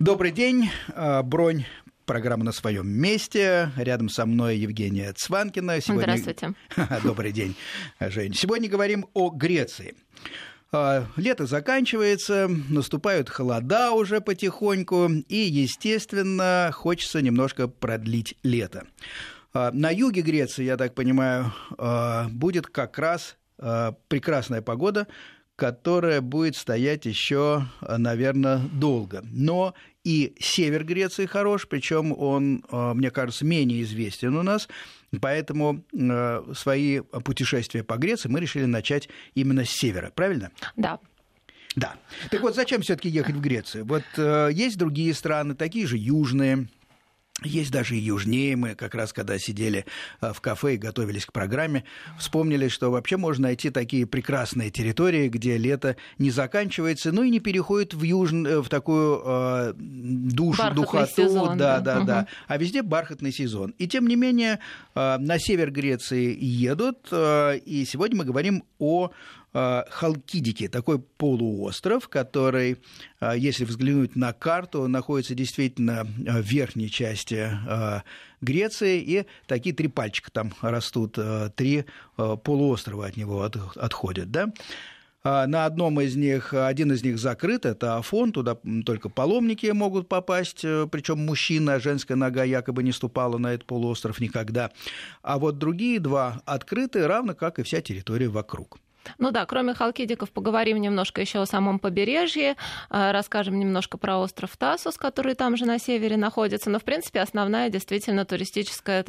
Добрый день. Бронь. Программа «На своем месте». Рядом со мной Евгения Цванкина. Здравствуйте. Добрый день, Жень. Сегодня говорим о Греции. Лето заканчивается, наступают холода уже потихоньку, и, естественно, хочется немножко продлить лето. На юге Греции, я так понимаю, будет как раз прекрасная погода, которая будет стоять еще, наверное, долго. Но и север Греции хорош, причем он, мне кажется, менее известен у нас, поэтому свои путешествия по Греции мы решили начать именно с севера, правильно? Да. Да. Так вот, зачем все-таки ехать в Грецию? Вот есть другие страны, такие же южные. Есть даже и южнее. Мы как раз, когда сидели в кафе и готовились к программе, вспомнили, что вообще можно найти такие прекрасные территории, где лето не заканчивается, но и не переходит в такую духоту. Сезон, да. А везде бархатный сезон. И тем не менее на север Греции едут, и сегодня мы говорим о Халкидике, такой полуостров, который, если взглянуть на карту, находится действительно в верхней части Греции, и такие три пальчика там растут, три полуострова от него отходят, да? На один из них закрыт, это Афон, туда только паломники могут попасть, причем мужчина, а женская нога якобы не ступала на этот полуостров никогда. А вот другие два открыты, равно как и вся территория вокруг. Ну да, кроме Халкидиков, поговорим немножко еще о самом побережье, расскажем немножко про остров Тассос, который там же на севере находится. Но, в принципе, основное туристическое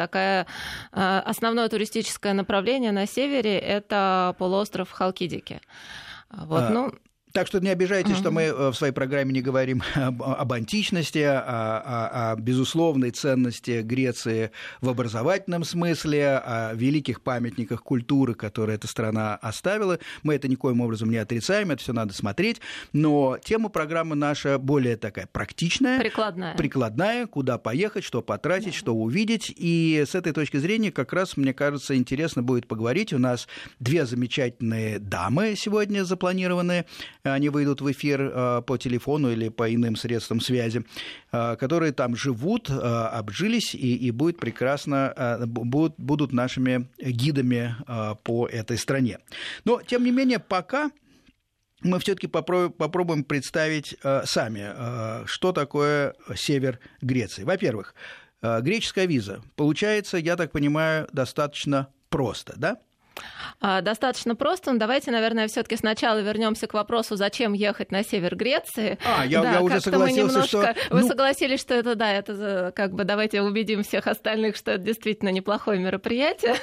направление на севере – это полуостров Халкидики. Так что не обижайтесь, что мы в своей программе не говорим об античности, о безусловной ценности Греции в образовательном смысле, о великих памятниках культуры, которые эта страна оставила. Мы это никоим образом не отрицаем, это все надо смотреть. Но тема программы наша более такая практичная, прикладная, куда поехать, что потратить, что увидеть. И с этой точки зрения как раз, мне кажется, интересно будет поговорить. У нас две замечательные дамы сегодня запланированные. Они выйдут в эфир по телефону или по иным средствам связи, которые там живут, обжились и будет прекрасно, будут нашими гидами по этой стране. Но, тем не менее, пока мы все-таки попробуем представить сами, что такое север Греции. Во-первых, греческая виза получается, я так понимаю, достаточно просто, да? Достаточно просто. Но давайте, наверное, все-таки сначала вернемся к вопросу, зачем ехать на север Греции. Я уже согласился, что... Вы согласились, что это как бы давайте убедим всех остальных, что это действительно неплохое мероприятие.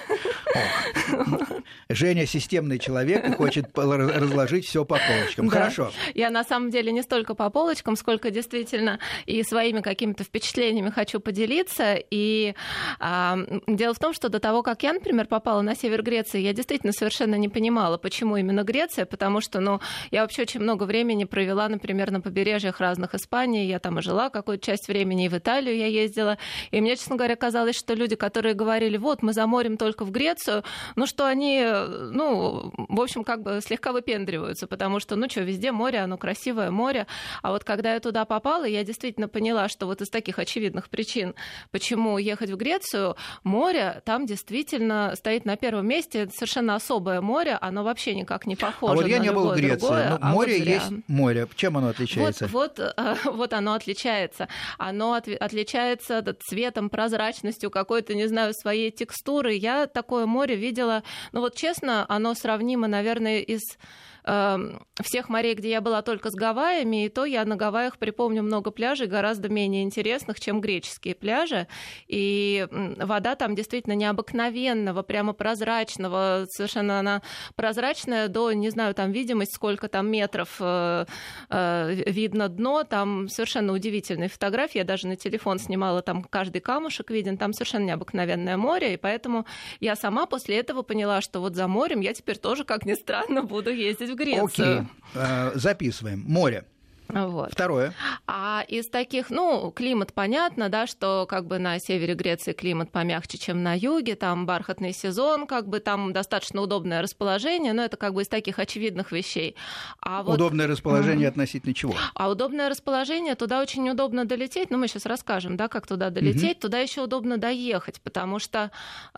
Женя системный человек и хочет разложить все по полочкам. Да. Хорошо. Я на самом деле не столько по полочкам, сколько действительно и своими какими-то впечатлениями хочу поделиться. И дело в том, что до того, как я, например, попала на север Греции, я действительно совершенно не понимала, почему именно Греция, потому что, я вообще очень много времени провела, например, на побережьях разных Испаний, я там и жила какую-то часть времени, и в Италию я ездила, и мне, честно говоря, казалось, что люди, которые говорили, вот, мы за морем только в Грецию, что они, в общем, как бы слегка выпендриваются, потому что, везде море, оно красивое море, а вот когда я туда попала, я действительно поняла, что вот из таких очевидных причин, почему ехать в Грецию, море там действительно стоит на первом месте, совершенно особое море, оно вообще никак не похоже на любое другое. Я не был в Греции, но море есть море. Чем оно отличается? Вот оно отличается. Оно отличается цветом, прозрачностью, какой-то, не знаю, своей текстурой. Я такое море видела, честно, оно сравнимо, наверное, из всех морей, где я была только с Гавайями, и то я на Гавайях припомню много пляжей гораздо менее интересных, чем греческие пляжи. И вода там действительно необыкновенного, прямо прозрачного, совершенно она прозрачная до, не знаю, там видимость, сколько там метров видно дно, там совершенно удивительные фотографии, я даже на телефон снимала, там каждый камушек виден, там совершенно необыкновенное море, и поэтому я сама после этого поняла, что вот за морем я теперь тоже, как ни странно, буду ездить в Грецию. Окей, записываем. Море. Вот. Второе. А из таких, климат понятно, да, что как бы на севере Греции климат помягче, чем на юге, там бархатный сезон, как бы там достаточно удобное расположение, но это как бы из таких очевидных вещей. Удобное расположение относительно чего? А удобное расположение, туда очень удобно долететь, мы сейчас расскажем, да, как туда долететь, туда еще удобно доехать, потому что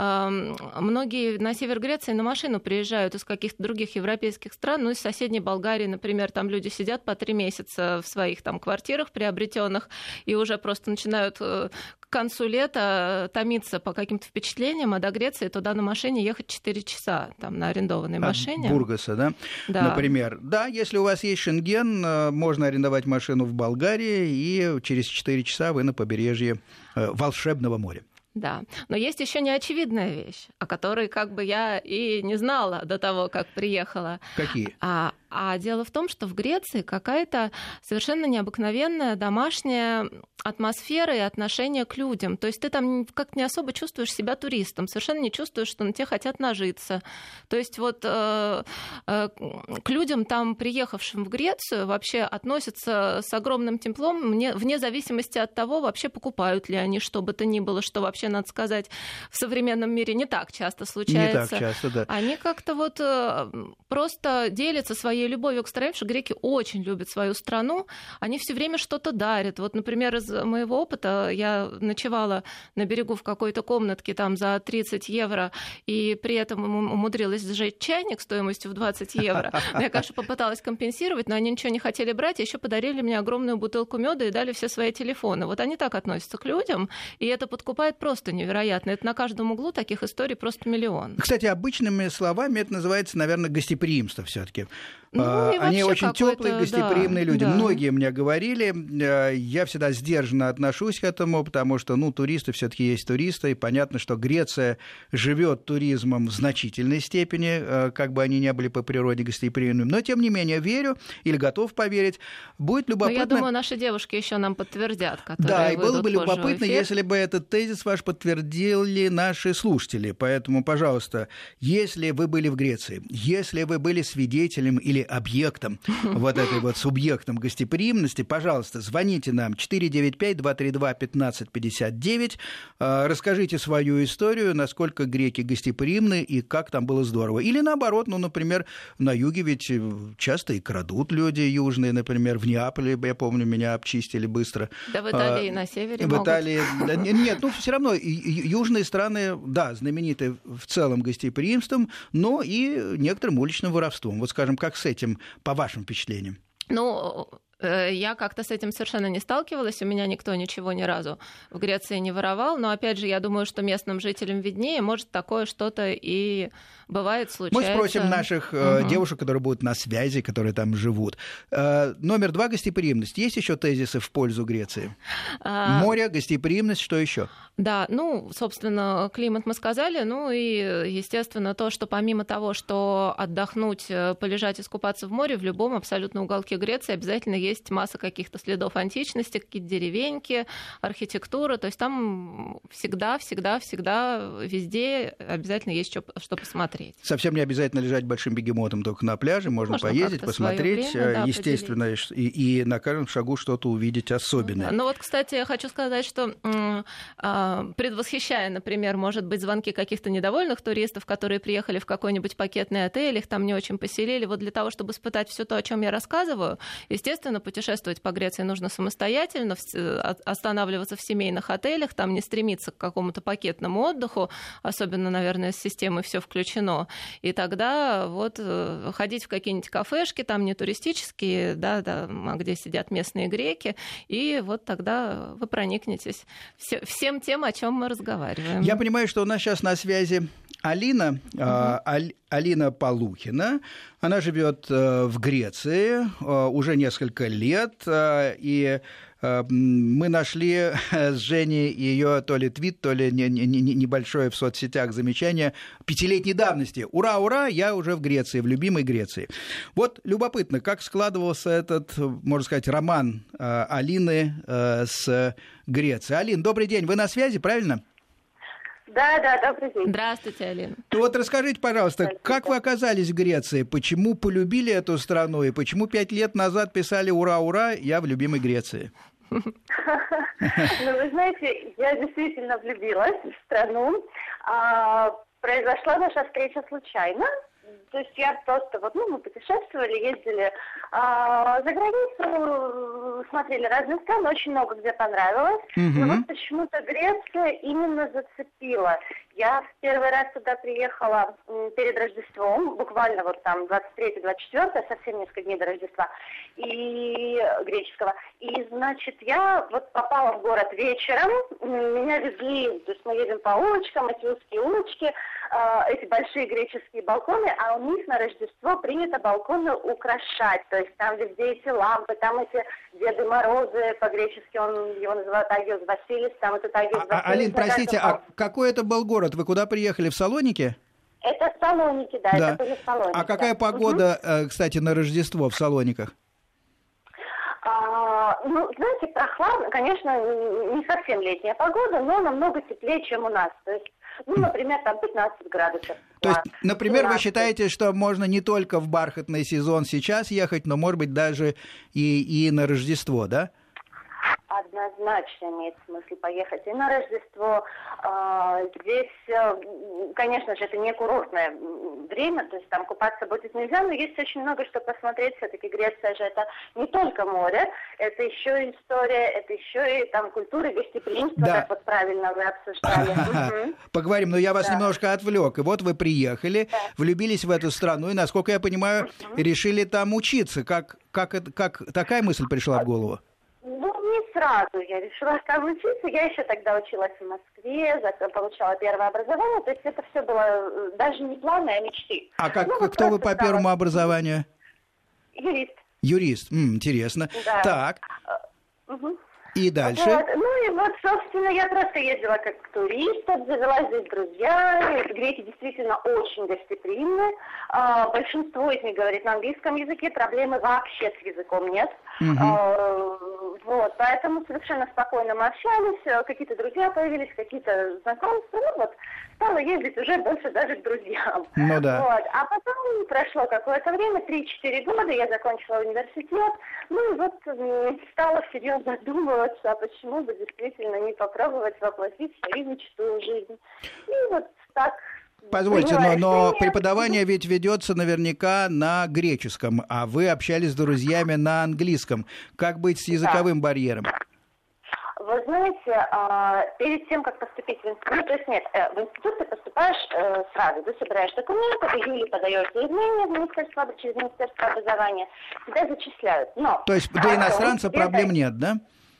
многие на север Греции на машину приезжают из каких-то других европейских стран, из соседней Болгарии, например, там люди сидят по 3 месяца в своих там квартирах приобретенных и уже просто начинают к концу лета томиться по каким-то впечатлениям, а до Греции туда на машине ехать 4 часа там, на арендованной машине. От Бургаса, да? Например. Да, если у вас есть Шенген, можно арендовать машину в Болгарии, и через 4 часа вы на побережье волшебного моря. Да, но есть еще неочевидная вещь, о которой как бы я и не знала до того, как приехала. Какие? А дело в том, что в Греции какая-то совершенно необыкновенная домашняя атмосфера и отношение к людям. То есть ты там как-то не особо чувствуешь себя туристом, совершенно не чувствуешь, что на тебя хотят нажиться. То есть вот к людям, там, приехавшим в Грецию, вообще относятся с огромным теплом, вне зависимости от того, вообще покупают ли они что бы то ни было, что вообще, надо сказать, в современном мире не так часто случается. Не так часто, да. Они как-то вот просто делятся своей любовью к стране, потому что греки очень любят свою страну, они все время что-то дарят. Вот, например, из моего опыта я ночевала на берегу в какой-то комнатке там за 30 евро, и при этом умудрилась сжечь чайник стоимостью в 20 евро. Я, конечно, попыталась компенсировать, но они ничего не хотели брать, и еще подарили мне огромную бутылку меда и дали все свои телефоны. Вот они так относятся к людям, и это подкупает просто невероятно. Это на каждом углу таких историй просто миллион. Кстати, обычными словами это называется, наверное, гостеприимство все-таки. Они очень теплые, гостеприимные люди. Да. Многие мне говорили, я всегда сдержанно отношусь к этому, потому что, туристы все-таки есть туристы, и понятно, что Греция живет туризмом в значительной степени, как бы они ни были по природе гостеприимными. Но, тем не менее, верю или готов поверить. Будет любопытно... Но я думаю, наши девушки еще нам подтвердят, которые Да, и было бы любопытно, если бы этот тезис ваш подтвердили наши слушатели. Поэтому, пожалуйста, если вы были в Греции, если вы были свидетелем или объектом, вот этой вот субъектом гостеприимности, пожалуйста, звоните нам 495-232-1559, расскажите свою историю, насколько греки гостеприимны и как там было здорово. Или наоборот, например, на юге ведь часто и крадут люди южные, например, в Неаполе, я помню, меня обчистили быстро. Да в Италии и на севере могут. В Италии, нет, все равно южные страны, да, знамениты в целом гостеприимством, но и некоторым уличным воровством. Вот скажем, как с этим, по вашим впечатлениям? Я как-то с этим совершенно не сталкивалась, у меня никто ничего ни разу в Греции не воровал, но, опять же, я думаю, что местным жителям виднее, может, такое что-то и бывает, случается. Мы спросим наших девушек, которые будут на связи, которые там живут. Номер 2 — гостеприимность. Есть еще тезисы в пользу Греции? Море, гостеприимность, что еще? Да, собственно, климат мы сказали, и, естественно, то, что помимо того, что отдохнуть, полежать, искупаться в море, в любом абсолютно уголке Греции обязательно есть масса каких-то следов античности, какие-то деревеньки, архитектура, то есть там всегда, везде обязательно есть что посмотреть. Совсем не обязательно лежать большим бегемотом только на пляже, можно поездить, посмотреть, время, естественно, и на каждом шагу что-то увидеть особенное. Кстати, я хочу сказать, что предвосхищая, например, может быть, звонки каких-то недовольных туристов, которые приехали в какой-нибудь пакетный отель, их там не очень поселили, вот для того, чтобы испытать все то, о чем я рассказываю, естественно, путешествовать по Греции нужно самостоятельно, останавливаться в семейных отелях, там не стремиться к какому-то пакетному отдыху, особенно, наверное, с системой «все включено», и тогда вот ходить в какие-нибудь кафешки, там не туристические, где сидят местные греки, и вот тогда вы проникнетесь всем тем, о чем мы разговариваем. Я понимаю, что у нас сейчас на связи Алина, Алина Полухина. Она живет в Греции уже несколько лет, и мы нашли с Женей ее то ли твит, то ли небольшое в соцсетях замечание 5-летней давности. Ура, ура, я уже в Греции, в любимой Греции. Вот любопытно, как складывался этот, можно сказать, роман Алины с Грецией. Алин, добрый день, вы на связи, правильно? Да, добрый день. Здравствуйте, Алина. Ну вот расскажите, пожалуйста, как вы оказались в Греции? Почему полюбили эту страну? И почему 5 лет назад писали «Ура, ура, я в любимой Греции»? Ну, вы знаете, я действительно влюбилась в страну. Произошла наша встреча случайно. То есть я просто мы путешествовали, ездили за границу, смотрели разные страны, очень много где понравилось. Но вот почему-то Греция именно зацепила. Я в первый раз туда приехала перед Рождеством, буквально вот там 23-24, совсем несколько дней до Рождества, и греческого. И, значит, я вот попала в город вечером, меня везли, то есть мы едем по улочкам, эти узкие улочки, эти большие греческие балконы, а у них на Рождество принято балконы украшать, то есть там везде эти лампы, там эти Деды Морозы, по-гречески его называют Агиос Василис, там этот Агиос Василис. Алин, простите, а какой это был город? Вы куда приехали? В Салоники? Это Салоники, да, это были Салоники. А какая погода, кстати, на Рождество в Салониках? Знаете, прохладно, конечно, не совсем летняя погода, но намного теплее, чем у нас. То есть, например, там 15 градусов. То есть, например, 17. Вы считаете, что можно не только в бархатный сезон сейчас ехать, но, может быть, даже и на Рождество, да? Однозначно имеет смысл поехать и на Рождество. Здесь, конечно же, это не курортное время, то есть там купаться будет нельзя, но есть очень много что посмотреть. Все-таки Греция же это не только море, это еще и история, это еще и там культура, гостеприимство, как вот правильно вы обсуждали. Поговорим, но я вас немножко отвлек. И вот вы приехали, влюбились в эту страну, и, насколько я понимаю, решили там учиться. Как такая мысль пришла в голову? Не сразу я решила там учиться. Я еще тогда училась в Москве, получала первое образование. То есть это все было даже не планы, а мечты. А кто вы по первому образованию? Юрист. Юрист, интересно. Да. Так. И дальше? Ну и вот, собственно, я просто ездила как турист, обзавелась здесь друзьями. Греки действительно очень гостеприимны. Большинство из них говорит на английском языке, проблемы вообще с языком нет. Поэтому совершенно спокойно мы общались, какие-то друзья появились, какие-то знакомства. Стала ездить уже больше даже к друзьям. Ну да. А потом прошло какое-то время, 3-4 года, я закончила университет. Стала всерьез задумываться, а почему бы действительно не попробовать воплотить свою мечту в жизнь. И так. Позвольте, но преподавание ведь ведется наверняка на греческом, а вы общались с друзьями на английском. Как быть с языковым барьером? Вы знаете, перед тем, как поступить в институт, в институт ты поступаешь сразу, ты собираешь документы, в июле подаешь заявление через Министерство образования, тебя зачисляют. То есть для иностранца проблем нет, да?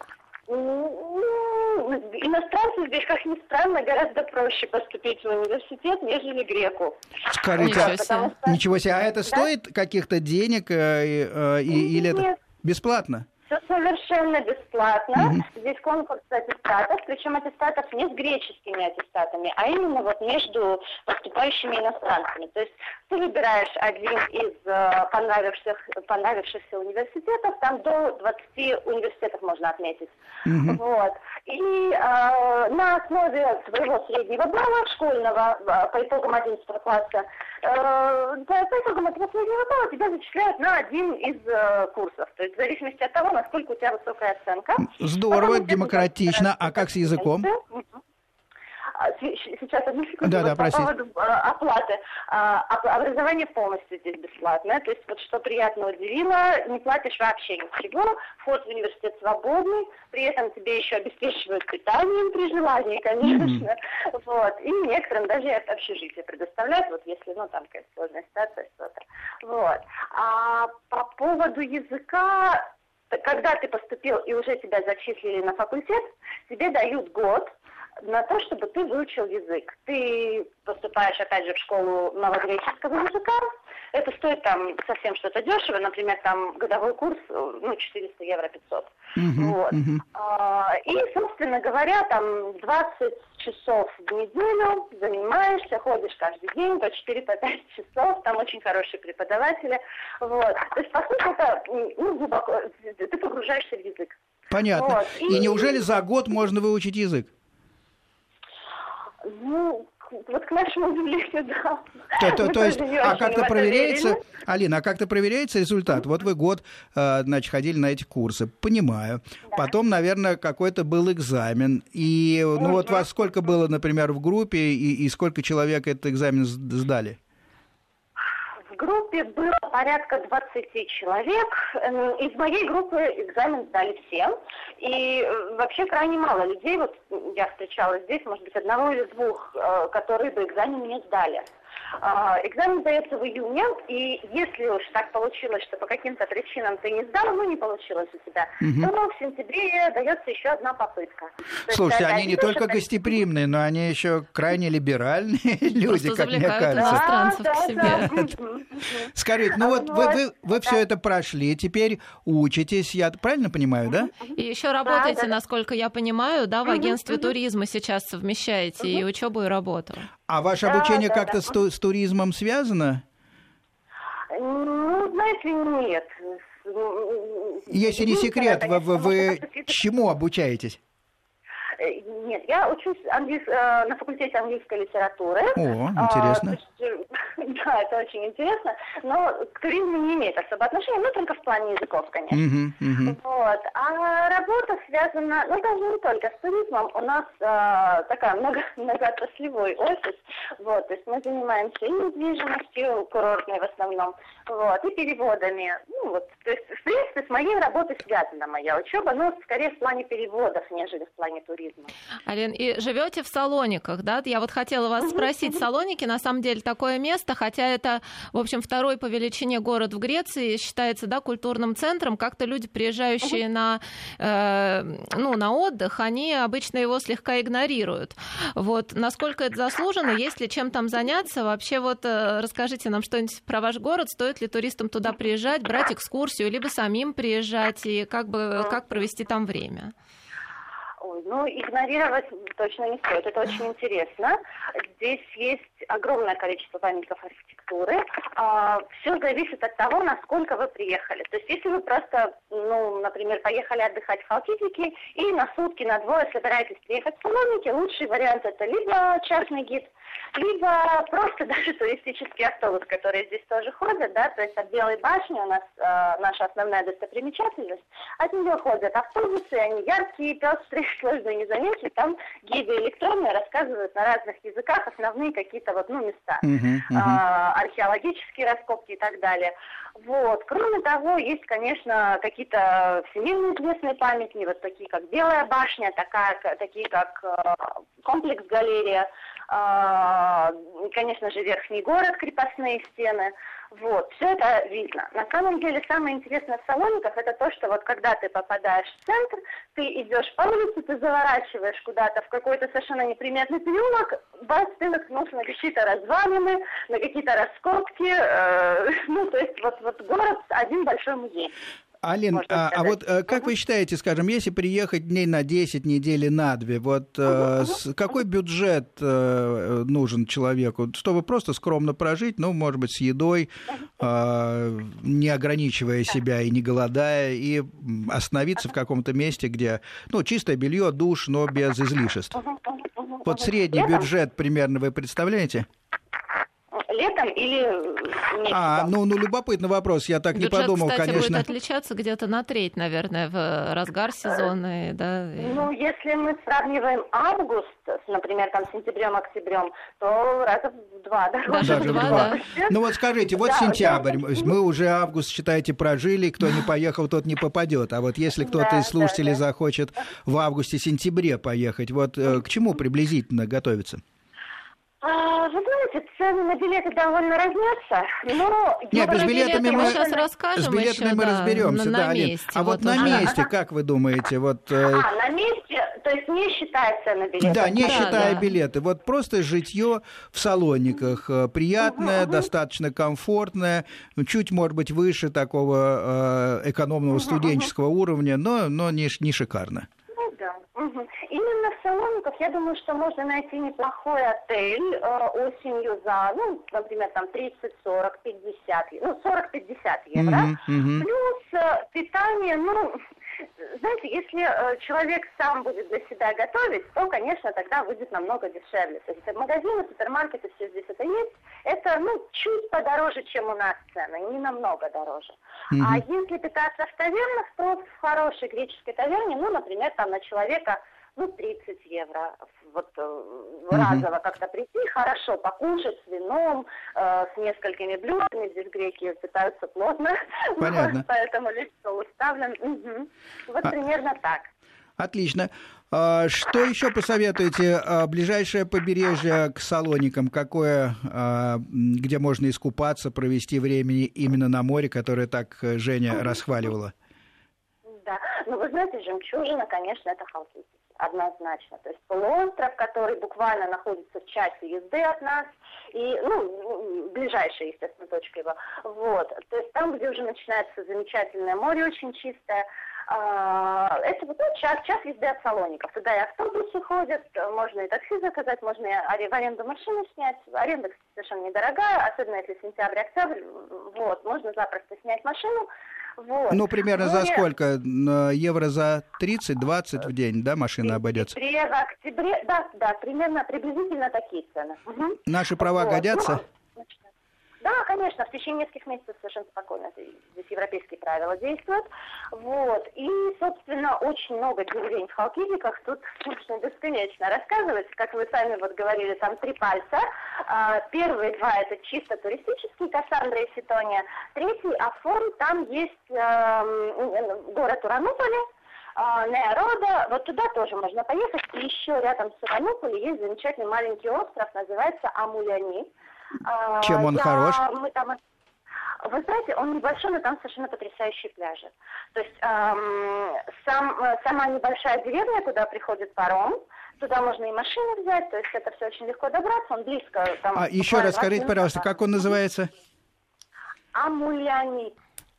Иностранцу здесь, как ни странно, гораздо проще поступить в университет, нежели греку. Скажите, ничего себе, а это стоит каких-то денег или это бесплатно? Все совершенно бесплатно. Здесь конкурс аттестатов, причем аттестатов не с греческими аттестатами, а именно между поступающими иностранцами. То есть ты выбираешь один из понравившихся университетов, там до 20 университетов можно отметить. И на основе своего среднего балла школьного по итогам 11 класса, по итогам этого среднего балла тебя зачисляют на один из курсов. То есть в зависимости от того, насколько у тебя высокая оценка. Здорово, демократично. А как с языком? Сейчас, одну секунду, по поводу оплаты. Образование полностью здесь бесплатное. То есть, что приятно удивило, не платишь вообще ничего. Вход в университет свободный. При этом тебе еще обеспечивают питанием при желании, конечно. И некоторым даже общежитие предоставляют, если, там какая-то сложная ситуация, что-то. А по поводу языка, когда ты поступил и уже тебя зачислили на факультет, тебе дают год на то, чтобы ты выучил язык. Ты поступаешь, опять же, в школу новогреческого языка. Это стоит там совсем что-то дешево. Например, там годовой курс, 400 евро 500. И, собственно говоря, там 20 часов в неделю занимаешься, ходишь каждый день по 4-5 часов. Там очень хорошие преподаватели. То есть, по сути, это глубоко, ты погружаешься в язык. Понятно. И неужели за год можно выучить язык? Вот к нашему удивлению, да. То есть, как-то проверяется, Алина, как-то проверяется результат? Вот вы год, значит, ходили на эти курсы, понимаю. Да. Потом, наверное, какой-то был экзамен. И, вот вас сколько было, например, в группе, и сколько человек этот экзамен сдали? В группе было порядка 20 человек. Из моей группы экзамен сдали все. И вообще крайне мало людей, вот я встречала здесь, может быть, одного или двух, которые бы экзамен не сдали. Экзамен сдается в июне, и если уж так получилось, что по каким-то причинам ты не сдал, не получилось у тебя, то в сентябре дается еще одна попытка. Слушайте, они не только гостеприимные, но они еще крайне либеральные люди, как мне кажется. Да. Скажите, вы все это прошли, теперь учитесь, я правильно понимаю, да? И еще работаете, насколько я понимаю, да, в агентстве туризма сейчас совмещаете и учебу, и работу. А ваше обучение как-то с туризмом связано? Знаете, нет. Если не секрет, вы чему обучаетесь? Нет, я учусь на факультете английской литературы. О, интересно. Да, это очень интересно, но к туризму не имеет особого отношения, только в плане языков, конечно. Вот. А работа связана, даже не только с туризмом, у нас такая многоотраслевой офис, вот, то есть мы занимаемся и недвижимостью курортной в основном, вот, и переводами. То есть, в принципе, с моей работой связана моя учеба, но скорее в плане переводов, нежели в плане туризма. Алин, и живете в Салониках, да? Я вот хотела вас спросить. Салоники, на самом деле, такое место, хотя это, в общем, второй по величине город в Греции, считается, да, культурным центром. Как-то люди, приезжающие на отдых, они обычно его слегка игнорируют. Вот, насколько это заслуженно, есть ли чем там заняться? Вообще, вот, расскажите нам что-нибудь про ваш город, стоит ли туристам туда приезжать, брать экскурсию, либо самим приезжать, и как провести там время? Игнорировать точно не стоит. Это очень интересно. Здесь есть огромное количество памятников архитектуры. Все зависит от того, насколько вы приехали. То есть, если вы просто, например, поехали отдыхать в Халкидике и на сутки, на двое собираетесь приехать в Салоники, лучший вариант это либо частный гид, либо просто даже туристический автобус, который здесь тоже ходит, да, то есть от Белой башни у нас наша основная достопримечательность, от нее ходят автобусы, они яркие, пестрые, сложно не заметить, там гиды электронные рассказывают на разных языках основные какие-то места, археологические раскопки и так далее. Вот. Кроме того, есть, конечно, какие-то всемирно известные памятники, вот такие как Белая башня, такие как комплекс-галерея, конечно же, Верхний город, крепостные стены. Вот, все это видно. На самом деле, самое интересное в Салониках это то, что вот когда ты попадаешь в центр, ты идешь по улице, ты заворачиваешь куда-то в какой-то совершенно неприметный переулок, ты наткнулся на какие-то развалины, на какие-то раскопки, то есть вот город один большой музей. Алин, вот как вы считаете, скажем, если приехать дней на 10, недели на 2, вот какой бюджет нужен человеку, чтобы просто скромно прожить, может быть, с едой, не ограничивая себя и не голодая, и остановиться в каком-то месте, где, чистое белье, душ, но без излишеств? Вот средний бюджет примерно вы представляете? Летом или месяцем? Любопытный вопрос, я так бюджет, не подумал, кстати, конечно. Будет отличаться где-то на треть, наверное, в разгар сезона, да? Если мы сравниваем август, например, с сентябрем-октябрем, то раза в 2 дороже. Даже в 2, да. Вот скажите, сентябрь, мы уже август, считайте, прожили, кто не поехал, тот не попадет. А вот если кто-то из слушателей захочет в августе-сентябре поехать, вот к чему приблизительно готовиться? Вы знаете, цены на билеты довольно разнятся, но... Нет, с билетами мы сейчас расскажем, с билетами мы разберемся, на месте. А вот на месте, как вы думаете? На месте, то есть не считая цены билетов? Да, не считая билеты. Вот просто житье в Салониках приятное, достаточно комфортное, чуть, может быть, выше такого экономного студенческого уровня, но не шикарно. Именно в Салониках, я думаю, что можно найти неплохой отель осенью за, например, 30, 40, 50, 40-50 евро. Плюс питание, знаете, если человек сам будет для себя готовить, то, конечно, тогда выйдет намного дешевле. То есть магазины, супермаркеты, все здесь это есть. Это, чуть подороже, чем у нас цены, не намного дороже. А если питаться в тавернах, то в хорошей греческой таверне, например, там на человека, 30 евро. Вот разово как-то прийти, хорошо покушать с вином, с несколькими блюдами. Здесь греки питаются плотно. Понятно. Поэтому лишь стол уставлен. Вот примерно так. Отлично. Что еще посоветуете? Ближайшее побережье к Салоникам, какое, где можно искупаться, провести времени именно на море, которое так Женя расхваливала? Да, вы знаете, жемчужина, конечно, это Халкидики. Однозначно. То есть полуостров, который буквально находится в часе езды от нас, и, ближайшая, естественно, точка его. Вот. То есть там, где уже начинается замечательное море, очень чистое, это час езды от Салоников. Туда и автобусы ходят, можно и такси заказать, можно и в аренду машину снять. Аренда, кстати, совершенно недорогая, особенно если сентябрь-октябрь. Вот, можно запросто снять машину. Вот. Примерно за сколько? Евро за 30-20 в день, да, машина обойдется? В октябре, да, примерно, приблизительно такие цены. Наши права годятся? Да, конечно, в течение нескольких месяцев совершенно спокойно. Здесь европейские правила действуют. Вот. И, собственно, очень много деревень в Халкидиках. Тут можно бесконечно рассказывать. Как вы сами говорили, там 3 пальца. Первые 2 это чисто туристические, Кассандра и Ситония. Третий Афон, там есть город Уранополе, Неарода, вот туда тоже можно поехать. И еще рядом с Уранополе есть замечательный маленький остров, называется Амуляни. Чем он хорош? Вы знаете, он небольшой, но там совершенно потрясающие пляжи. То есть сама небольшая деревня, куда приходит паром, туда можно и машину взять, то есть это все очень легко добраться, он близко. Еще раз скажите, пожалуйста, как он называется? Амуляни.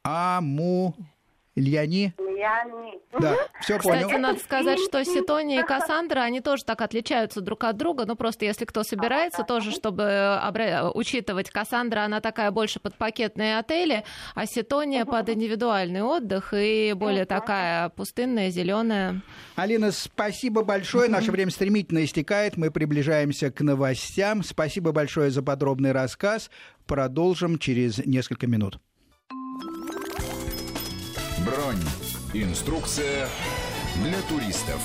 Ильяни? Да, все понял. Кстати, надо сказать, что Ситония и Кассандра, они тоже так отличаются друг от друга. Просто если кто собирается, тоже, чтобы учитывать, Кассандра, она такая больше под пакетные отели, а Ситония под индивидуальный отдых и более такая пустынная, зеленая. Алина, спасибо большое. Наше время стремительно истекает. Мы приближаемся к новостям. Спасибо большое за подробный рассказ. Продолжим через несколько минут. Бронь. Инструкция для туристов.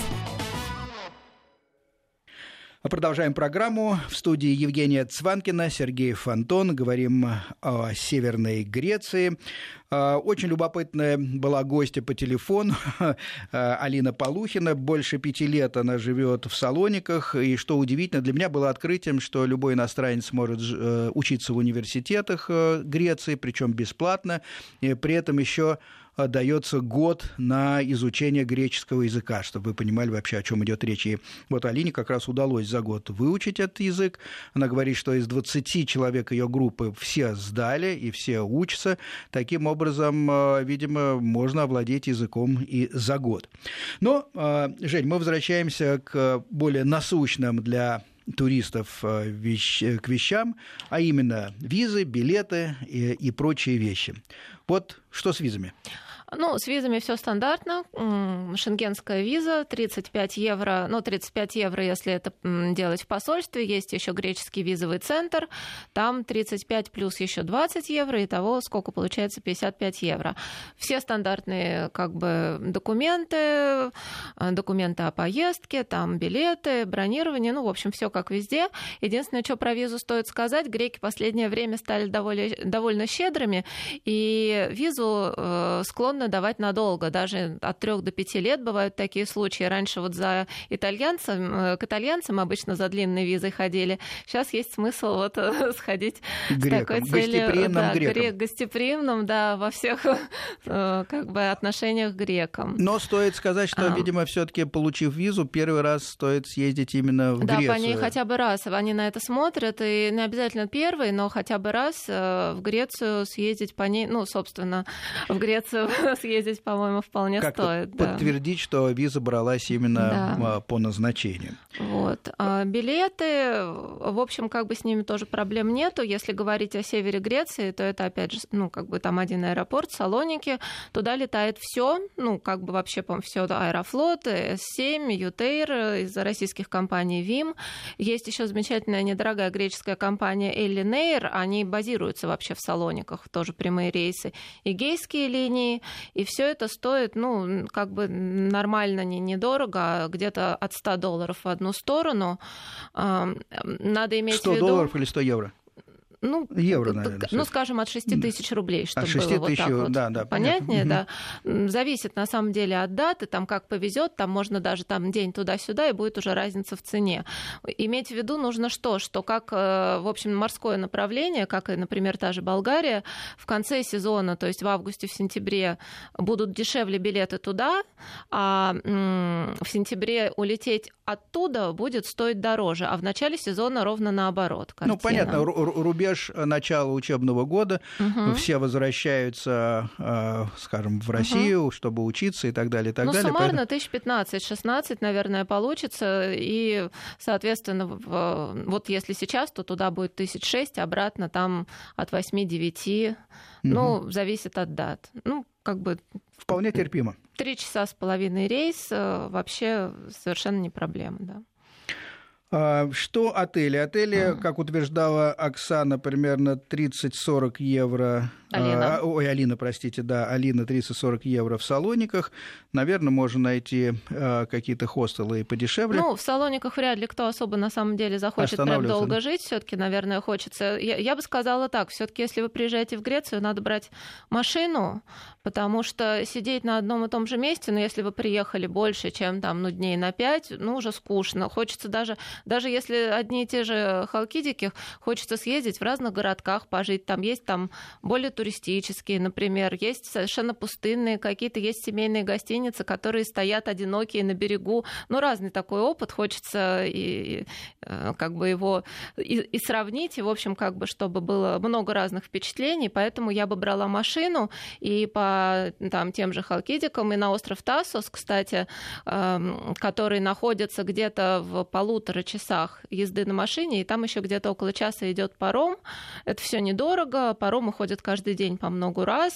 Продолжаем программу. В студии Евгения Цванкина, Сергей Фонтон. Говорим о Северной Греции. Очень любопытная была гостья по телефону Алина Полухина. Больше 5 лет она живет в Салониках. И что удивительно, для меня было открытием, что любой иностранец может учиться в университетах Греции, причем бесплатно. И при этом еще дается год на изучение греческого языка, чтобы вы понимали вообще, о чем идет речь. И вот Алине как раз удалось за год выучить этот язык. Она говорит, что из 20 человек ее группы все сдали и все учатся. Таким образом, видимо, можно овладеть языком и за год. Но, Жень, мы возвращаемся к более насущным для туристов к вещам, а именно визы, билеты и прочие вещи. Вот что с визами? С визами все стандартно. Шенгенская виза 35 евро. 35 евро, если это делать в посольстве. Есть еще греческий визовый центр. Там 35 плюс еще 20 евро. Итого сколько получается? 55 евро. Все стандартные документы о поездке, там билеты, бронирование. В общем, все как везде. Единственное, что про визу стоит сказать, греки в последнее время стали довольно щедрыми. И визу склонны давать надолго, даже от 3 до 5 лет бывают такие случаи. Раньше к итальянцам обычно за длинной визой ходили. Сейчас есть смысл сходить с такой целью. Гостеприимным, во всех отношениях к грекам. Но стоит сказать, что, видимо, все-таки, получив визу, первый раз стоит съездить именно в Грецию. Да, по ней хотя бы раз. Они на это смотрят, и не обязательно первый, но хотя бы раз в Грецию съездить по ней, ну, собственно, в Грецию съездить, по-моему, вполне как-то стоит. подтвердить, что виза бралась именно по назначению. Вот. А билеты, в общем, как бы с ними тоже проблем нету. Если говорить о севере Греции, то это, опять же, ну, как бы там один аэропорт, Салоники, туда летает все, ну, как бы вообще, по-моему, все, Аэрофлот, С7, Ютейр, из российских компаний ВИМ. Есть еще замечательная недорогая греческая компания Эллинейр, они базируются вообще в Салониках, тоже прямые рейсы, Эгейские линии, и все это стоит, ну, как бы нормально, недорого, где-то от $100 в одну сторону. Надо иметь в виду... $100 или 100 евро? Ну, евро, наверное. Ну, скажем, от 6 тысяч рублей, чтобы от 6 было тысяч, вот так вот да, понятнее. Да. Зависит, на самом деле, от даты, там как повезет, там можно даже там день туда-сюда, и будет уже разница в цене. Иметь в виду нужно что как, в общем, морское направление, как и, например, та же Болгария, в конце сезона, то есть в августе, в сентябре, будут дешевле билеты туда, а в сентябре улететь оттуда будет стоить дороже, а в начале сезона ровно наоборот. Картина. Ну, понятно, рубеж начала учебного года, все возвращаются, скажем, в Россию, чтобы учиться и так далее, и так далее. Суммарно 15-16, наверное, получится, и, соответственно, вот если сейчас, то туда будет 1006, обратно там от 8-9, ну, зависит от дат. Ну, как бы... Вполне терпимо. 3 часа с половиной рейс вообще совершенно не проблема, да. Что отели? Отели, как утверждала Оксана, примерно 30-40 евро. Алина, простите, да, Алина, 30-40 евро в Салониках. Наверное, можно найти какие-то хостелы и подешевле. Ну, в Салониках вряд ли кто особо на самом деле захочет прям долго жить. Все-таки, наверное, хочется. Я бы сказала так: все-таки, если вы приезжаете в Грецию, надо брать машину, потому что сидеть на одном и том же месте, ну, если вы приехали больше, чем там, ну, дней на 5, ну, уже скучно. Хочется даже если одни и те же халкидики, хочется съездить в разных городках, пожить. Там есть там более туристические, например, есть совершенно пустынные какие-то, есть семейные гостиницы, которые стоят одинокие на берегу. Ну, разный такой опыт, хочется и как бы его и сравнить, и, в общем, как бы, чтобы было много разных впечатлений, поэтому я бы брала машину и по там, тем же халкидикам, и на остров Тассос, кстати, который находится где-то в 1,5 часах езды на машине, и там еще где-то около часа идет паром. Это все недорого, паромы ходят каждый день по много раз.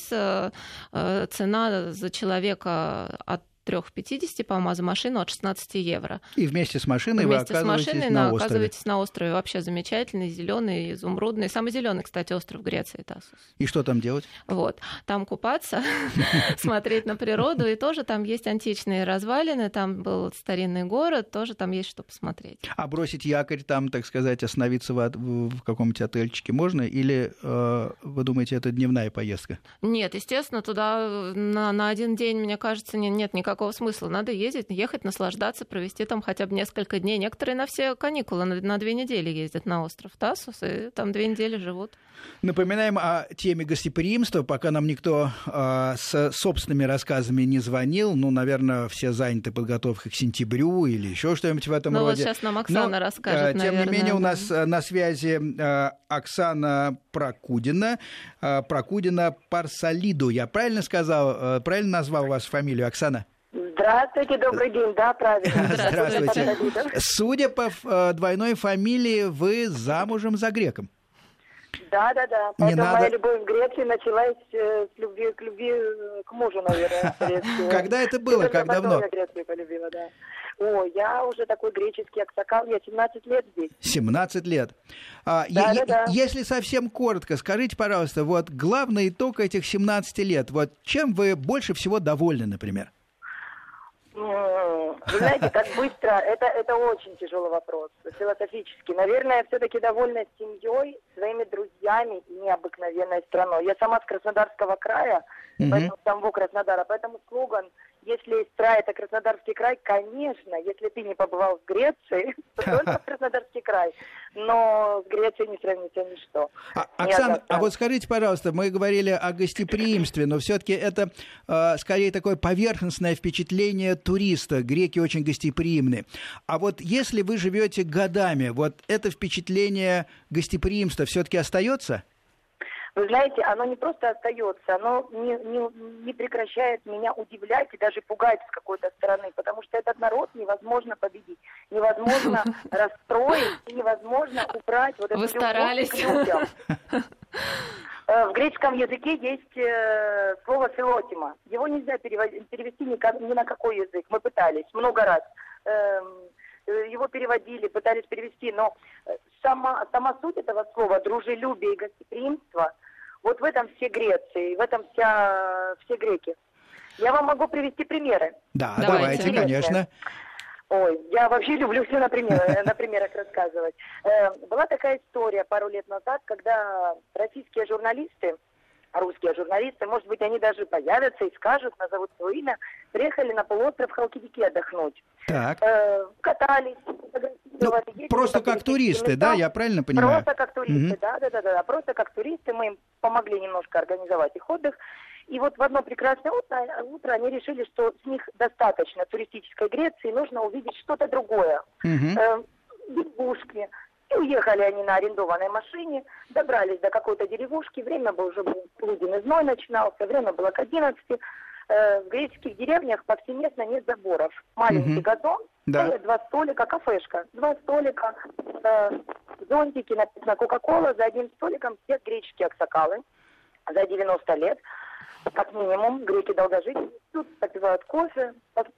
Цена за человека от 3,50, по-моему, а за машину от 16 евро. И вместе с машиной вы оказываетесь на острове. Вообще замечательный, зеленый, изумрудный. Самый зеленый, кстати, остров Греции, Тассос. И что там делать? Вот. Там купаться, смотреть на природу. И тоже там есть античные развалины, там был старинный город, тоже там есть что посмотреть. А бросить якорь там, так сказать, остановиться в каком-нибудь отельчике можно? Или вы думаете, это дневная поездка? Нет, естественно, туда на один день, мне кажется, нет никакого смысла. Надо ехать, наслаждаться, провести там хотя бы несколько дней. Некоторые на все каникулы на 2 недели ездят на остров Тассос, и там 2 недели живут. Напоминаем о теме гостеприимства, пока нам никто с собственными рассказами не звонил. Ну, наверное, все заняты подготовкой к сентябрю или еще что-нибудь в этом роде. Вот сейчас нам Оксана расскажет, тем наверное. не менее, у нас на связи Оксана Прокудина. Прокудина Парсалиду. Я правильно сказал, правильно назвал вашу фамилию, Оксана? Здравствуйте, добрый день, да, правильно. Здравствуйте. Судя по двойной фамилии, вы замужем за греком. Да. Поэтому моя любовь в Греции началась с любви к мужу, наверное. Когда это было? Как давно? Я Грецию полюбила, да. Я уже такой греческий аксакал, я 17 лет здесь. 17 лет. Да. Если совсем коротко, скажите, пожалуйста, вот главный итог этих 17 лет, вот чем вы больше всего довольны, например? Вы знаете, как быстро, это очень тяжелый вопрос, философический. Наверное, все-таки довольна семьей, своими друзьями и необыкновенной страной. Я сама с Краснодарского края, поэтому самого Краснодара, поэтому слоган «Если есть рай, это Краснодарский край», конечно, если ты не побывал в Греции, то только Краснодарский край. Но с Грецией не сравнится ничто. Оксана, а вот скажите, пожалуйста, мы говорили о гостеприимстве, но все-таки это скорее такое поверхностное впечатление туриста. Греки очень гостеприимны. А вот если вы живете годами, вот это впечатление гостеприимства все-таки остается? Вы знаете, оно не просто остается, оно не прекращает меня удивлять и даже пугать с какой-то стороны, потому что этот народ невозможно победить, невозможно расстроить и невозможно убрать вот эту любовь к людям. В греческом языке есть слово «филотима». Его нельзя перевести ни на какой язык. Мы пытались много раз. Его переводили, пытались перевести, но сама суть этого слова «дружелюбие» и «гостеприимство», вот в этом все Греции, в этом все греки. Я вам могу привести примеры. Да, давайте, конечно. Ой, я вообще люблю все на примерах рассказывать. Была такая история пару лет назад, когда российские журналисты, русские журналисты, может быть, они даже появятся и скажут, назовут свое имя, приехали на полуостров Халкидики отдохнуть. Так. Катались, фотографировали. Просто как туристы, да, я правильно понимаю? Просто как туристы, да. Просто как туристы, мы им помогли немножко организовать их отдых. И вот в одно прекрасное утро они решили, что с них достаточно туристической Греции, нужно увидеть что-то другое. Деревушки. И уехали они на арендованной машине, добрались до какой-то деревушки, время было уже полуденный зной начинался, время было к 11. В греческих деревнях повсеместно нет заборов. Маленький газон, два столика, кафешка, 2 столика, зонтики, написано Кока-Кола, за одним столиком все греческие аксакалы за 90 лет. Как минимум, греки долгожители, тут попивают кофе,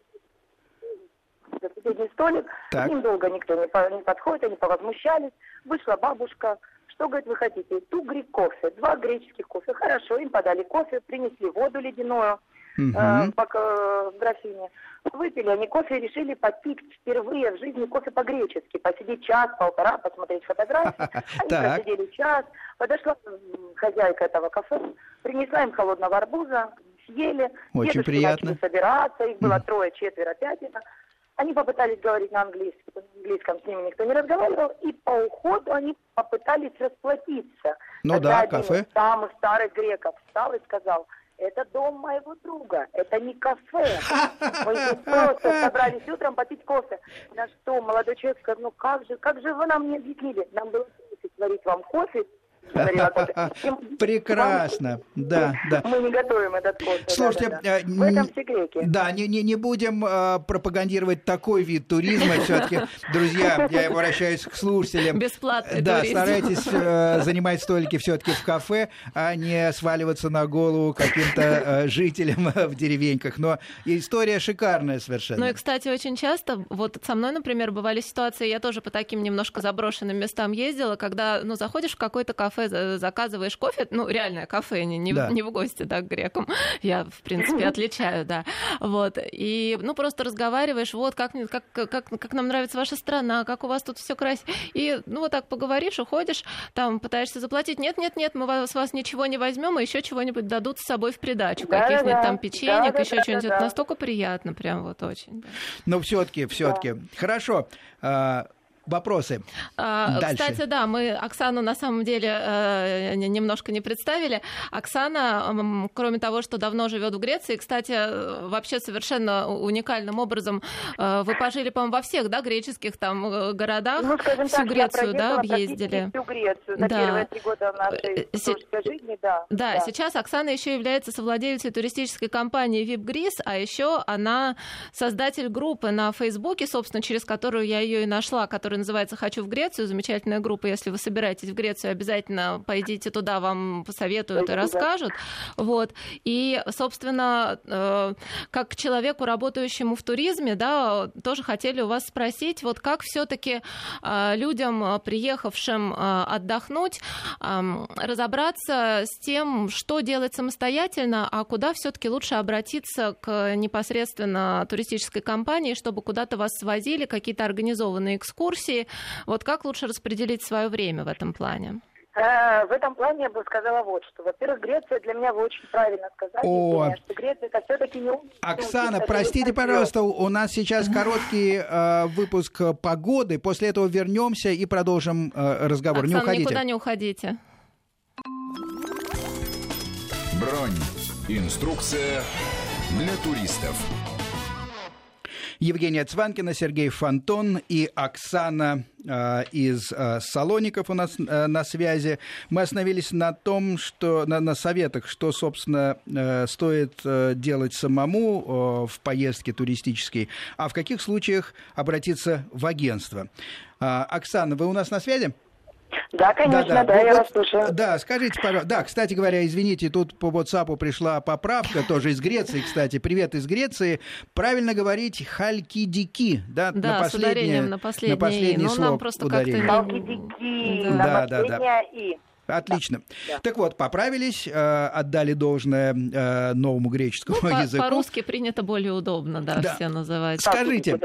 за соседний столик, к ним долго никто не подходит, они повозмущались. Вышла бабушка, что, говорит, вы хотите? Тугрик кофе, 2 греческих кофе. Хорошо, им подали кофе, принесли воду ледяную в графине. Выпили они кофе и решили попить впервые в жизни кофе по-гречески. Посидеть час-полтора, посмотреть фотографии. Они просидели час. Подошла хозяйка этого кафе, принесла им холодного арбуза, съели. Очень приятно. Начали собираться, их было 3, 4, 5. Они попытались говорить на английском, с ними никто не разговаривал, и по уходу они попытались расплатиться. Ну да, один кафе. Из самых старых греков встал и сказал: это дом моего друга, это не кафе. Мы здесь просто собрались утром попить кофе. На что молодой человек сказал: ну как же вы нам не объяснили? Нам было сварить вам кофе. Прекрасно, да. Мы не готовим этот кофе. Слушайте, в этом все греки. Да, не будем пропагандировать такой вид туризма. Все-таки, друзья, я обращаюсь к слушателям. Бесплатный туризм. Да, старайтесь занимать столики все-таки в кафе, а не сваливаться на голову каким-то жителям в деревеньках. Но история шикарная совершенно. Ну и, кстати, очень часто, вот со мной, например, бывали ситуации, я тоже по таким немножко заброшенным местам ездила, когда, заходишь в какой-то кафе, заказываешь кофе, реальное кафе, не в гости, да, к грекам. Я, в принципе, отличаю, да. Вот. И, просто разговариваешь, вот, как нам нравится ваша страна, как у вас тут все красиво. И, вот так поговоришь, уходишь, там пытаешься заплатить. Нет, мы с вас ничего не возьмем, и еще чего-нибудь дадут с собой в придачу. Каких-нибудь там печенек, еще что-нибудь. Это настолько приятно, прям вот очень. Да. Но все-таки. Хорошо. Вопросы. Дальше. Кстати, да, мы Оксану на самом деле немножко не представили. Оксана, кроме того, что давно живет в Греции, кстати, вообще совершенно уникальным образом вы пожили, по-моему, во всех, да, греческих там городах, всю Грецию, да, объездили. Всю Грецию за первые 3 года нашей творческой жизни, да. Да, сейчас Оксана еще является совладелицей туристической компании VIP Greece, а еще она создатель группы на Фейсбуке, собственно, через которую я ее и нашла, которая который называется «Хочу в Грецию». Замечательная группа. Если вы собираетесь в Грецию, обязательно пойдите туда, вам посоветуют и расскажут. Вот. И, собственно, как человеку, работающему в туризме, да, тоже хотели у вас спросить, вот как все-таки людям, приехавшим отдохнуть, разобраться с тем, что делать самостоятельно, а куда все-таки лучше обратиться к непосредственно туристической компании, чтобы куда-то вас свозили, какие-то организованные экскурсии. Вот как лучше распределить свое время в этом плане? В этом плане я бы сказала вот что. Во-первых, Греция для меня, вы очень правильно сказали, что Греция это все-таки не... Оксана, простите, пожалуйста, у нас сейчас короткий выпуск погоды. После этого вернемся и продолжим разговор. Оксана, не уходите. Никуда не уходите. Бронь. Инструкция для туристов. Евгения Цванкина, Сергей Фонтон и Оксана из Салоников у нас на связи. Мы остановились на том, что на советах, что, собственно, стоит делать самому в поездке туристической, а в каких случаях обратиться в агентство. Оксана, вы у нас на связи? Да, конечно, да, я вас слушаю. Да, скажите, пожалуйста. Да, кстати говоря, извините, тут по WhatsApp пришла поправка, тоже из Греции, кстати. Привет из Греции. Правильно говорить «халькидики», да? Да, с ударением на последнее слово. Нам просто как-то... «Халькидики», на последнее «и». Отлично. Да. Так вот, поправились, отдали должное новому греческому языку. По-русски принято более удобно, да, все называть. Скажите,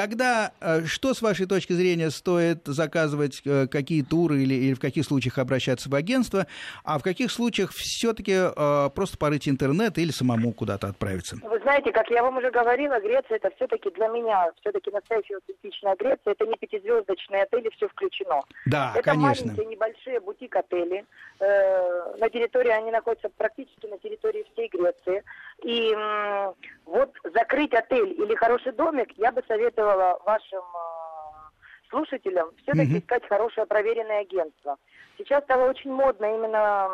что, с вашей точки зрения, стоит заказывать, какие туры или в каких случаях обращаться в агентство, а в каких случаях все-таки просто порыть интернет или самому куда-то отправиться? Вы знаете, как я вам уже говорила, Греция это все-таки для меня, все-таки настоящая аутентичная Греция, это не пятизвездочные отели, все включено. Да, это конечно. маленькие, небольшие бутик-отели. На территории, они находятся практически на территории всей Греции. И вот закрыть отель или хороший домик я бы советовала вашим слушателям все-таки искать хорошее проверенное агентство. Сейчас стало очень модно именно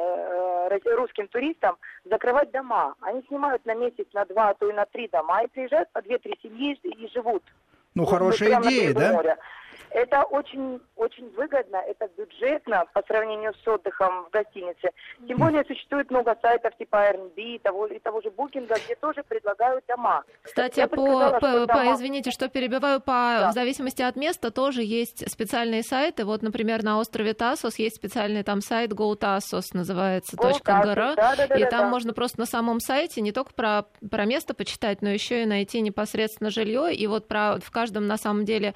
русским туристам закрывать дома. Они снимают на месяц, на 2, а то и на 3 дома и приезжают по 2-3 семьи и живут. Ну, хорошая идея, да? Моря. Это очень, очень выгодно, это бюджетно по сравнению с отдыхом в гостинице. Тем более существует много сайтов типа Airbnb, того же Booking, где тоже предлагают дома. Кстати, извините, что перебиваю, в зависимости от места тоже есть специальные сайты. Вот, например, на острове Тассос есть специальный там сайт GoTassos, называется .gr, и там можно просто на самом сайте не только про место почитать, но еще и найти непосредственно жилье. И вот в каждом, на самом деле,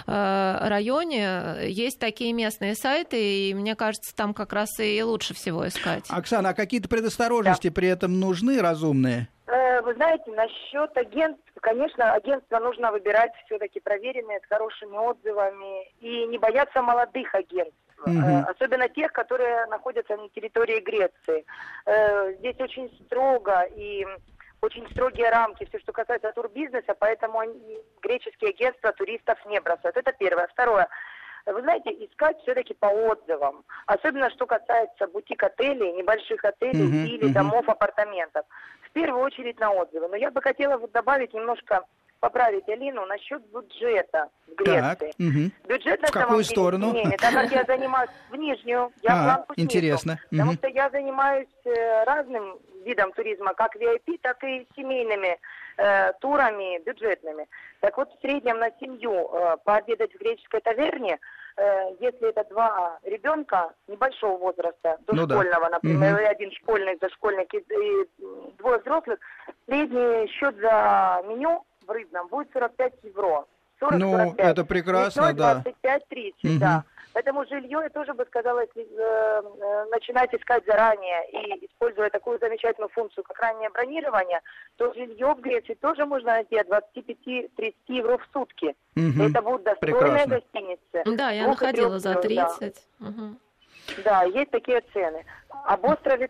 районе есть такие местные сайты, и мне кажется, там как раз и лучше всего искать. Оксана, а какие-то предосторожности при этом нужны, разумные? Вы знаете, насчет агентств, конечно, агентство нужно выбирать все-таки проверенные, с хорошими отзывами, и не бояться молодых агентств. Особенно тех, которые находятся на территории Греции. Здесь очень строго и очень строгие рамки, все, что касается турбизнеса, поэтому греческие агентства туристов не бросают. Это первое. Второе. Вы знаете, искать все-таки по отзывам. Особенно, что касается бутик-отелей, небольших отелей или домов, апартаментов. В первую очередь на отзывы. Но я бы хотела добавить немножко, поправить Алину насчет бюджета в Греции. Бюджет на в какую сторону? Так как я занимаюсь в нижнюю, я планку снизу. Интересно. Потому что я занимаюсь разным видом туризма, как VIP, так и семейными турами бюджетными. Так вот, в среднем на семью пообедать в греческой таверне, если это 2 ребенка небольшого возраста, дошкольного, например, или 1 школьник, дошкольник и 2 взрослых, средний счет за меню в рыбном будет 45 евро. 40-45. Это прекрасно, да. 25-30, да. Поэтому жилье, я тоже бы сказала, если начинать искать заранее и используя такую замечательную функцию, как раннее бронирование, то жилье в Греции тоже можно найти от 25-30 евро в сутки. Это будут достойные гостиницы. Да, я находила за 30. Да, есть такие цены. Об острове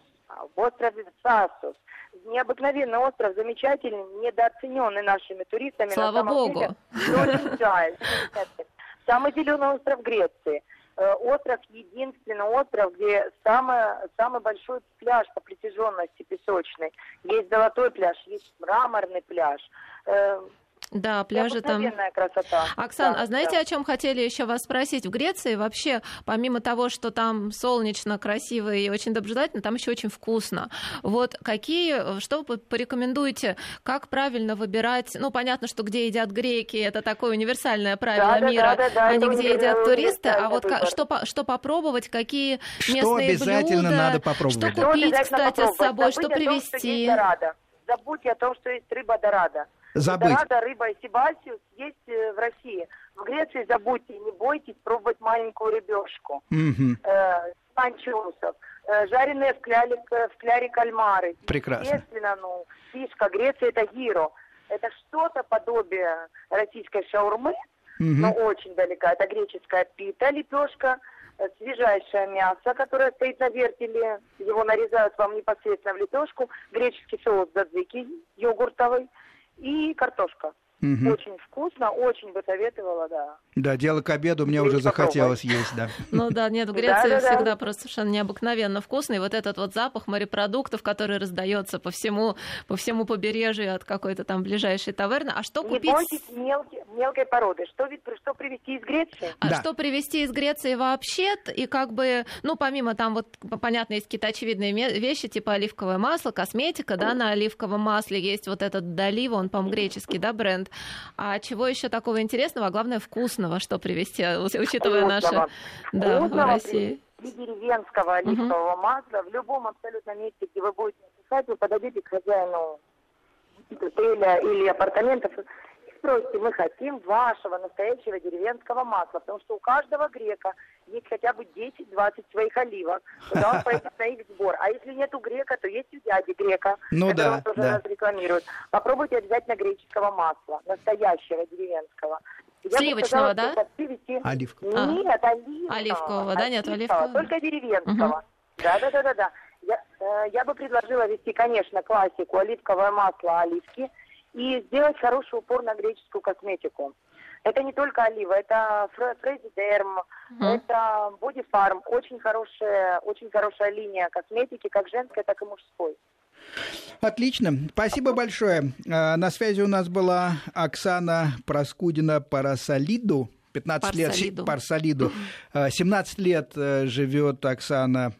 Тассос. Необыкновенный остров, замечательный, недооцененный нашими туристами. Слава Богу. Очень жаль. Самый зеленый остров Греции. Остров, единственный остров, где самый большой пляж по протяженности песочный. Есть золотой пляж, есть мраморный пляж. Да, пляжи там. Красота. Оксан, да, а знаете, да. о чем хотели еще вас спросить? В Греции вообще, помимо того, что там солнечно, красиво и очень доброжелательно, там еще очень вкусно. Вот что вы порекомендуете, как правильно выбирать? Ну, понятно, что где едят греки, это такое универсальное правило мира, а не где едят туристы. А вот что попробовать, какие местные блюда? Что обязательно надо попробовать? Что купить, кстати, с собой, что привезти? Забудьте о том, что есть рыба дорадо. Дорадо, рыба сибасиус есть в России. В Греции забудьте, не бойтесь пробовать маленькую рыбешку. Анчоусов, жареные в кляре кальмары. Прекрасно. Естественно, фишка Греции это гиро. Это что-то подобие российской шаурмы, но очень далека. Это греческая пита, лепешка, свежайшее мясо, которое стоит на вертеле. Его нарезают вам непосредственно в лепешку. Греческий соус дзадзики йогуртовый и картошка. Очень вкусно, очень бы советовала, да. Да, дело к обеду, мне уже захотелось есть, да. Ну да, нет, в Греции всегда просто совершенно необыкновенно вкусно. И вот этот вот запах морепродуктов, который раздается по всему побережью от какой-то там ближайшей таверны. А что купить? Не бойтесь мелкой породы. Что привезти из Греции? Что привезти из Греции вообще? И как бы, помимо там вот, понятно, есть какие-то очевидные вещи, типа оливковое масло, косметика, да, на оливковом масле есть вот этот Далива, он, по-моему, греческий, да, бренд. А чего еще такого интересного, а главное вкусного, что привезти, учитывая наше в России? Деревенского оливкового масла в любом абсолютно месте, где вы будете отдыхать, вы подойдете к хозяину отеля или апартаментов и спросите: мы хотим вашего настоящего деревенского масла, потому что у каждого грека есть хотя бы 10-20 своих оливок, куда он пойдет на их сбор. А если нет у грека, то есть у дяди грека, который он тоже нас рекламирует. Попробуйте обязательно греческого масла, настоящего деревенского. Сливочного, да? Оливкового. Нет, оливкового. Оливкового, да, нет, оливкового. Только деревенского. Да. Я бы предложила вести, конечно, классику оливковое масло, оливки, и сделать хороший упор на греческую косметику. Это не только олива, это Фрезидерм, это Body Farm. Очень хорошая линия косметики, как женской, так и мужской. Отлично. Спасибо большое. На связи у нас была Оксана Проскудина-Парасолиду. 15 лет Парсолиду. 17 лет живет Оксана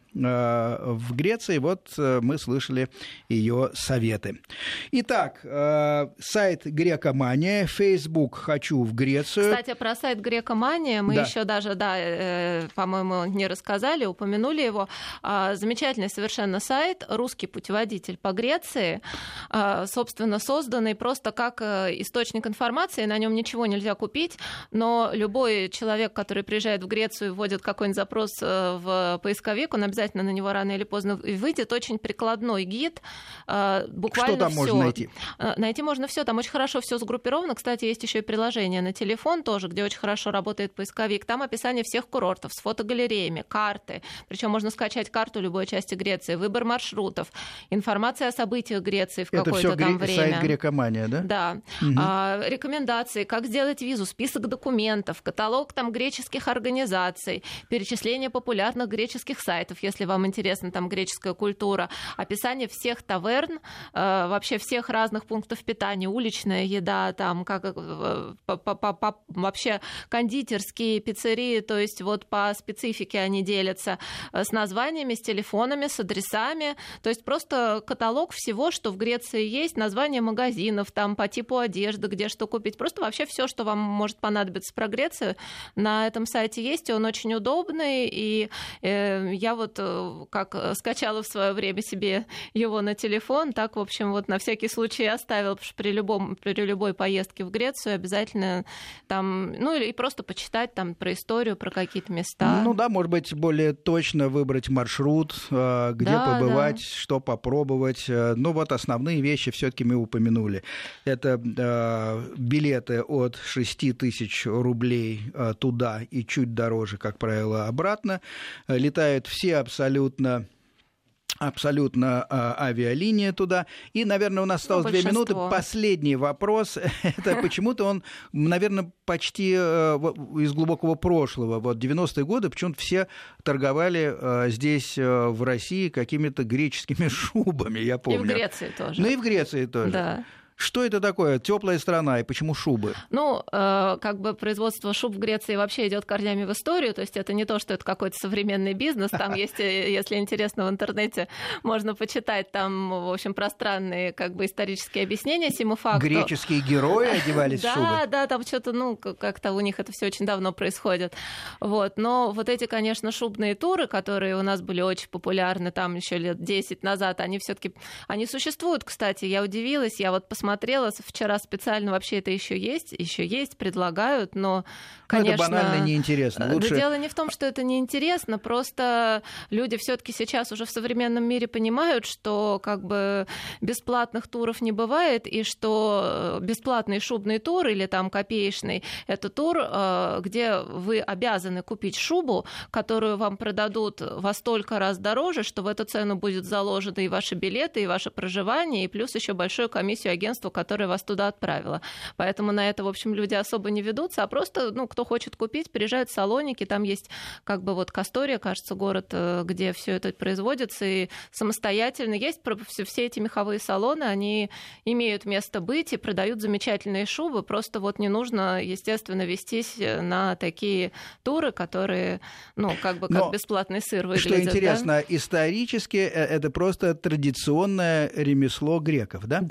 в Греции. Вот мы слышали ее советы. Итак, сайт Грекомания, Facebook «Хочу в Грецию». Кстати, про сайт Грекомания мы еще даже, по-моему, не рассказали, упомянули его. Замечательный совершенно сайт, русский путеводитель по Греции, собственно, созданный просто как источник информации, на нем ничего нельзя купить, но любой человек, который приезжает в Грецию и вводит какой-нибудь запрос в поисковик, он обязательно на него рано или поздно выйдет. Очень прикладной гид. Буквально что там всё. Можно найти? Найти можно все. Там очень хорошо все сгруппировано. Кстати, есть еще и приложение на телефон тоже, где очень хорошо работает поисковик. Там описание всех курортов с фотогалереями, карты. Причем можно скачать карту любой части Греции, выбор маршрутов, информация о событиях Греции в какое-то там время. Это сайт Грекомания, да? Да. Рекомендации, как сделать визу, список документов, каталог там греческих организаций, перечисление популярных греческих сайтов, если вам интересна там греческая культура, описание всех таверн, вообще всех разных пунктов питания, уличная еда, там как вообще кондитерские, пиццерии, то есть вот по специфике они делятся с названиями, с телефонами, с адресами, то есть просто каталог всего, что в Греции есть, название магазинов, там по типу одежды, где что купить, просто вообще все, что вам может понадобиться про Грецию, на этом сайте есть, и он очень удобный, и я вот как скачала в свое время себе его на телефон, так, в общем, вот на всякий случай оставила, потому что при любой поездке в Грецию обязательно там, и просто почитать там про историю, про какие-то места. Может быть, более точно выбрать маршрут, где побывать, что попробовать. Вот основные вещи все-таки мы упомянули. Это билеты от 6 тысяч рублей туда и чуть дороже, как правило, обратно. Летают все абсолютно авиалиния туда. И, наверное, у нас осталось 2 минуты. Последний вопрос. Это почему-то он, наверное, почти из глубокого прошлого. Вот 90-е годы почему-то все торговали здесь, в России, какими-то греческими шубами, я помню. И в Греции тоже. И в Греции тоже. Да. Что это такое? Теплая страна, и почему шубы? Ну, как бы производство шуб в Греции вообще идет корнями в историю, то есть это не то, что это какой-то современный бизнес, там есть, если интересно, в интернете можно почитать, там, в общем, пространные как бы исторические объяснения сему факту. Греческие герои одевались в шубы? Да, там что-то, ну, как-то у них это все очень давно происходит. Вот. Но вот эти, конечно, шубные туры, которые у нас были очень популярны там еще лет 10 назад, они все-таки, они существуют, кстати, я удивилась, я вот посмотрела вчера специально, вообще это еще есть, предлагают, но, конечно... Это банально неинтересно. Лучше... Да дело не в том, что это неинтересно, просто люди все-таки сейчас уже в современном мире понимают, что как бы бесплатных туров не бывает, и что бесплатный шубный тур или там копеечный, это тур, где вы обязаны купить шубу, которую вам продадут во столько раз дороже, что в эту цену будет заложено и ваши билеты, и ваше проживание, и плюс еще большую комиссию агентству, которое вас туда отправило. Поэтому на это, в общем, люди особо не ведутся, а просто, ну, кто хочет купить, приезжают в Салоники, там есть как бы вот Кастория, кажется, город, где все это производится, и самостоятельно есть все эти меховые салоны, они имеют место быть и продают замечательные шубы, просто вот не нужно, естественно, вестись на такие туры, которые, ну, как бы как бесплатный сыр выглядят. Что интересно, да? Исторически это просто традиционное ремесло греков, да?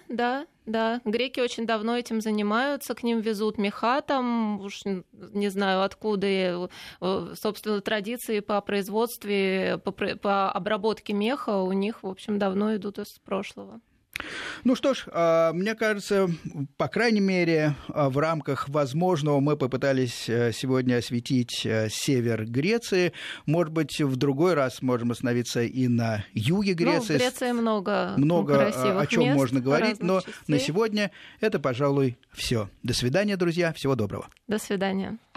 Да, греки очень давно этим занимаются, к ним везут меха, там, уж не знаю откуда, собственно, традиции по производству, по обработке меха у них, в общем, давно идут из прошлого. Ну что ж, мне кажется, по крайней мере, в рамках возможного мы попытались сегодня осветить север Греции. Может быть, в другой раз можем остановиться и на юге Греции. Ну, в Греции много красивых о чем мест, можно говорить, но частей. на сегодня это, пожалуй, все. До свидания, друзья. Всего доброго. До свидания.